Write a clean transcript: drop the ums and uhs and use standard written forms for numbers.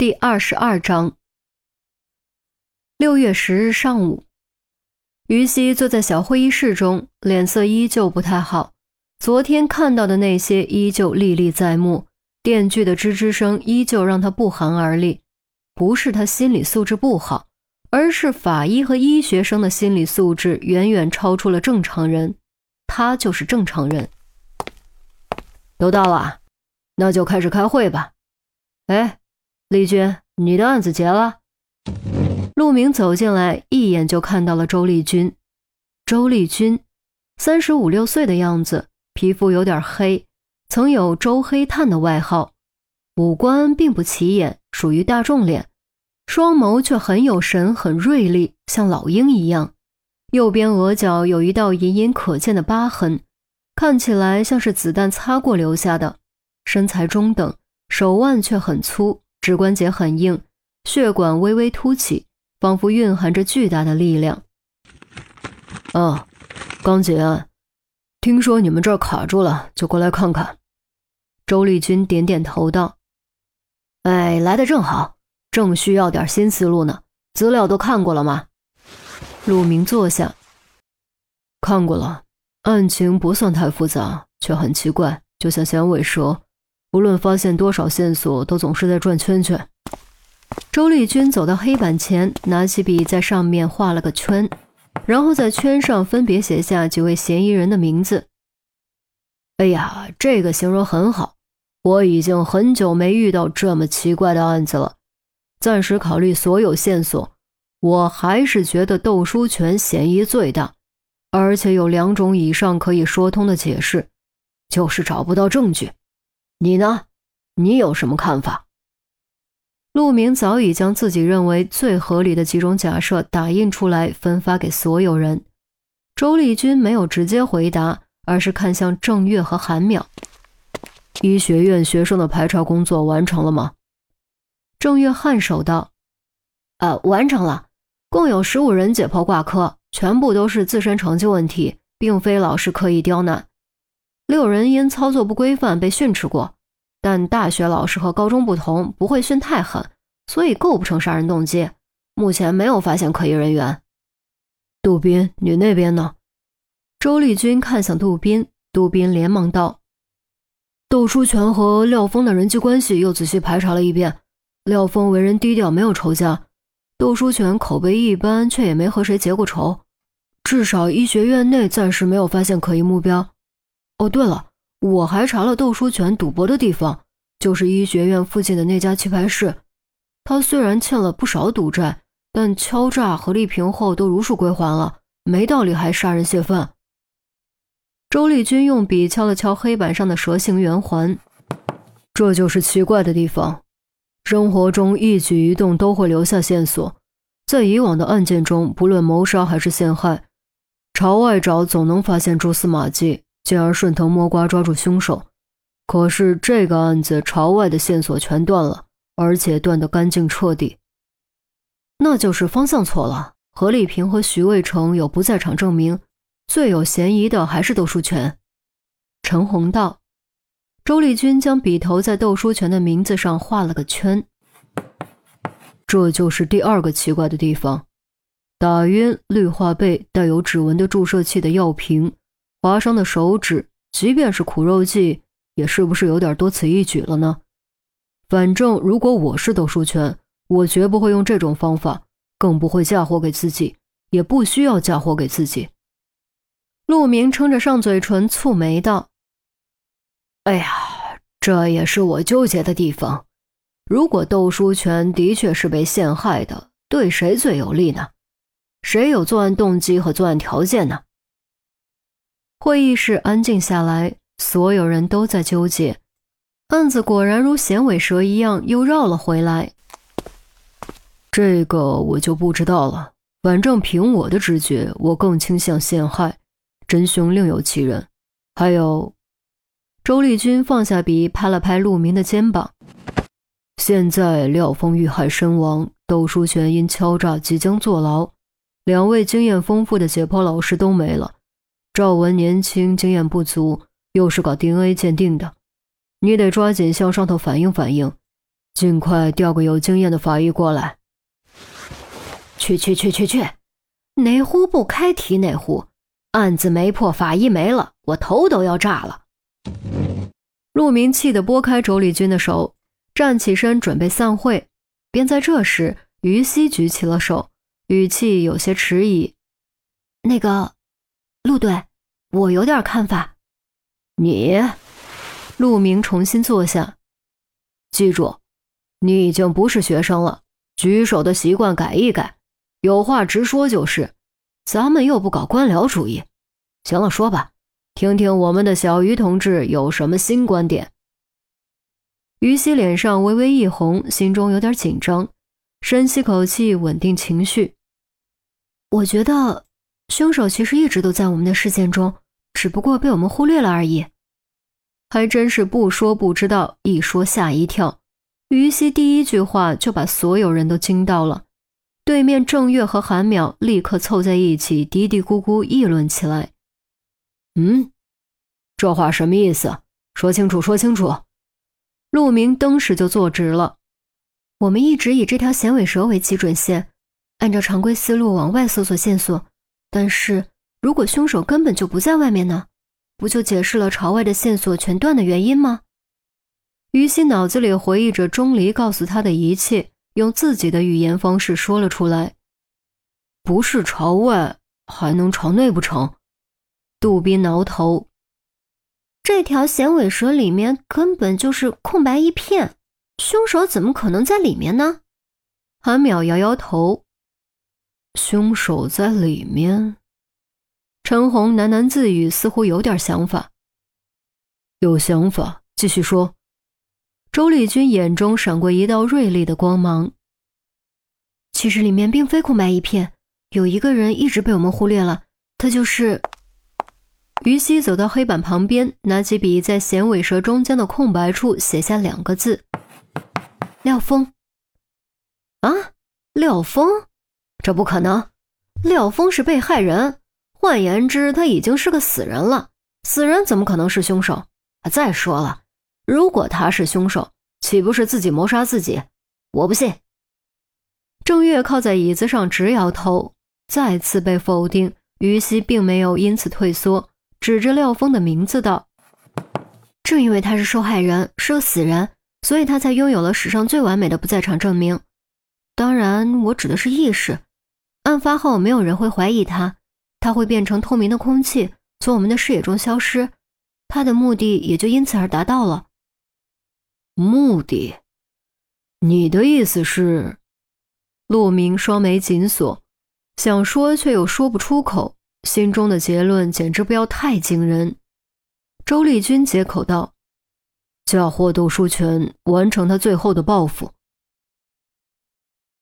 第22章。6月10日上午，于西坐在小会议室中，脸色依旧不太好。昨天看到的那些依旧历历在目，电锯的吱吱声依旧让他不寒而栗。不是他心理素质不好，而是法医和医学生的心理素质远远超出了正常人，他就是正常人。 都到了，那就开始开会吧。哎，丽君，你的案子结了？ 陆明走进来，一眼就看到了周丽君。周丽君35、6岁的样子，皮肤有点黑，曾有周黑炭的外号，五官并不起眼，属于大众脸，双眸却很有神，很锐利，像老鹰一样。右边额角有一道隐隐可见的疤痕，看起来像是子弹擦过留下的。身材中等，手腕却很粗，指关节很硬，血管微微凸起，仿佛蕴含着巨大的力量。 刚结案，听说你们这儿卡住了，就过来看看。 周丽君点点头道： 哎，来得正好，正需要点新思路呢。资料都看过了吗？ 陆明坐下。 看过了，案情不算太复杂，却很奇怪，就像响尾蛇，无论发现多少线索，都总是在转圈圈。 周丽君走到黑板前，拿起笔在上面画了个圈，然后在圈上分别写下几位嫌疑人的名字。 哎呀，这个形容很好，我已经很久没遇到这么奇怪的案子了。暂时考虑所有线索，我还是觉得窦书全嫌疑最大，而且有2种以上可以说通的解释，就是找不到证据。你呢？你有什么看法？ 陆明早已将自己认为最合理的几种假设打印出来，分发给所有人。周丽君没有直接回答，而是看向郑月和韩淼。 医学院学生的排查工作完成了吗？ 郑月颔首道： 完成了，共有15人解剖挂科，全部都是自身成绩问题，并非老师刻意刁难。6人因操作不规范被训斥过，但大学老师和高中不同，不会训太狠，所以构不成杀人动机。目前没有发现可疑人员。 杜斌，你那边呢？ 周丽君看向杜斌，杜斌连忙道： 窦书全和廖峰的人际关系又仔细排查了一遍，廖峰为人低调，没有仇家，窦书全口碑一般，却也没和谁结过仇，至少医学院内暂时没有发现可疑目标。哦，对了，我还查了窦书全赌博的地方，就是医学院附近的那家棋牌室。他虽然欠了不少赌债，但敲诈和丽萍后都如数归还了，没道理还杀人泄愤。 周丽君用笔敲了敲黑板上的蛇形圆环。 这就是奇怪的地方，生活中一举一动都会留下线索，在以往的案件中，不论谋杀还是陷害，朝外找总能发现蛛丝马迹，进而顺藤摸瓜抓住凶手。可是这个案子朝外的线索全断了，而且断得干净彻底。 那就是方向错了，何丽萍和徐渭成有不在场证明，最有嫌疑的还是窦书全。陈红道。周丽君将笔头在窦书全的名字上画了个圈。 这就是第2个奇怪的地方，打晕、氯化钡、带有指纹的注射器的药瓶，划伤的手指，即便是苦肉计，也是不是有点多此一举了呢？反正如果我是窦书全，我绝不会用这种方法，更不会嫁祸给自己，也不需要嫁祸给自己。 陆明撑着上嘴唇蹙眉道： 哎呀，这也是我纠结的地方。如果窦书全的确是被陷害的，对谁最有利呢？谁有作案动机和作案条件呢？ 会议室安静下来，所有人都在纠结。案子果然如衔尾蛇一样又绕了回来。 这个我就不知道了，反正凭我的直觉，我更倾向陷害，真凶另有其人。还有， 周丽君放下笔，拍了拍陆明的肩膀。 现在廖峰遇害身亡，窦书全因敲诈即将坐牢，2位经验丰富的解剖老师都没了。赵文年轻，经验不足，又是搞 DNA 鉴定的，你得抓紧向上头反映反映， 尽快调个有经验的法医过来。 去，哪壶不开提哪壶，案子没破，法医没了，我头都要炸了。 陆明气得拨开周丽君的手，站起身准备散会，便在这时，于西举起了手，语气有些迟疑。 那个，陆队，我有点看法。 你？ 陆明重新坐下。 记住，你已经不是学生了，举手的习惯改一改，有话直说就是，咱们又不搞官僚主义。行了，说吧，听听我们的小于同志有什么新观点。 于西脸上微微一红，心中有点紧张，深吸口气，稳定情绪。 我觉得凶手其实一直都在我们的视线中，只不过被我们忽略了而已。 还真是不说不知道，一说吓一跳。于西第一句话就把所有人都惊到了。对面郑月和韩淼立刻凑在一起，嘀嘀咕咕议论起来。 这话什么意思？说清楚，说清楚。 陆明登时就坐直了。 我们一直以这条衔尾蛇为基准线，按照常规思路往外搜索线索，但是如果凶手根本就不在外面呢？不就解释了朝外的线索全断的原因吗？ 于西脑子里回忆着钟离告诉他的一切，用自己的语言方式说了出来。 不是朝外，还能朝内不成？ 杜宾挠头。 这条衔尾蛇里面根本就是空白一片，凶手怎么可能在里面呢？ 韩淼摇摇头。 凶手在里面？ 陈红喃喃自语，似乎有点想法。 有想法，继续说。 周丽君眼中闪过一道锐利的光芒。 其实里面并非空白一片，有一个人一直被我们忽略了，他就是…… 于西走到黑板旁边，拿起笔在衔尾蛇中间的空白处写下2个字： 廖峰。 啊，廖峰？这不可能，廖峰是被害人，换言之，他已经是个死人了，死人怎么可能是凶手？再说了，如果他是凶手，岂不是自己谋杀自己？我不信。郑月靠在椅子上直摇头，再次被否定。于西并没有因此退缩，指着廖峰的名字道： 正因为他是受害人，是个死人，所以他才拥有了史上最完美的不在场证明。当然，我指的是意识。案发后没有人会怀疑他，他会变成透明的空气，从我们的视野中消失，他的目的也就因此而达到了。 目的？你的意思是？ 陆明双眉紧锁，想说却又说不出口，心中的结论简直不要太惊人。周丽君接口道： 嫁祸窦书全，完成他最后的报复。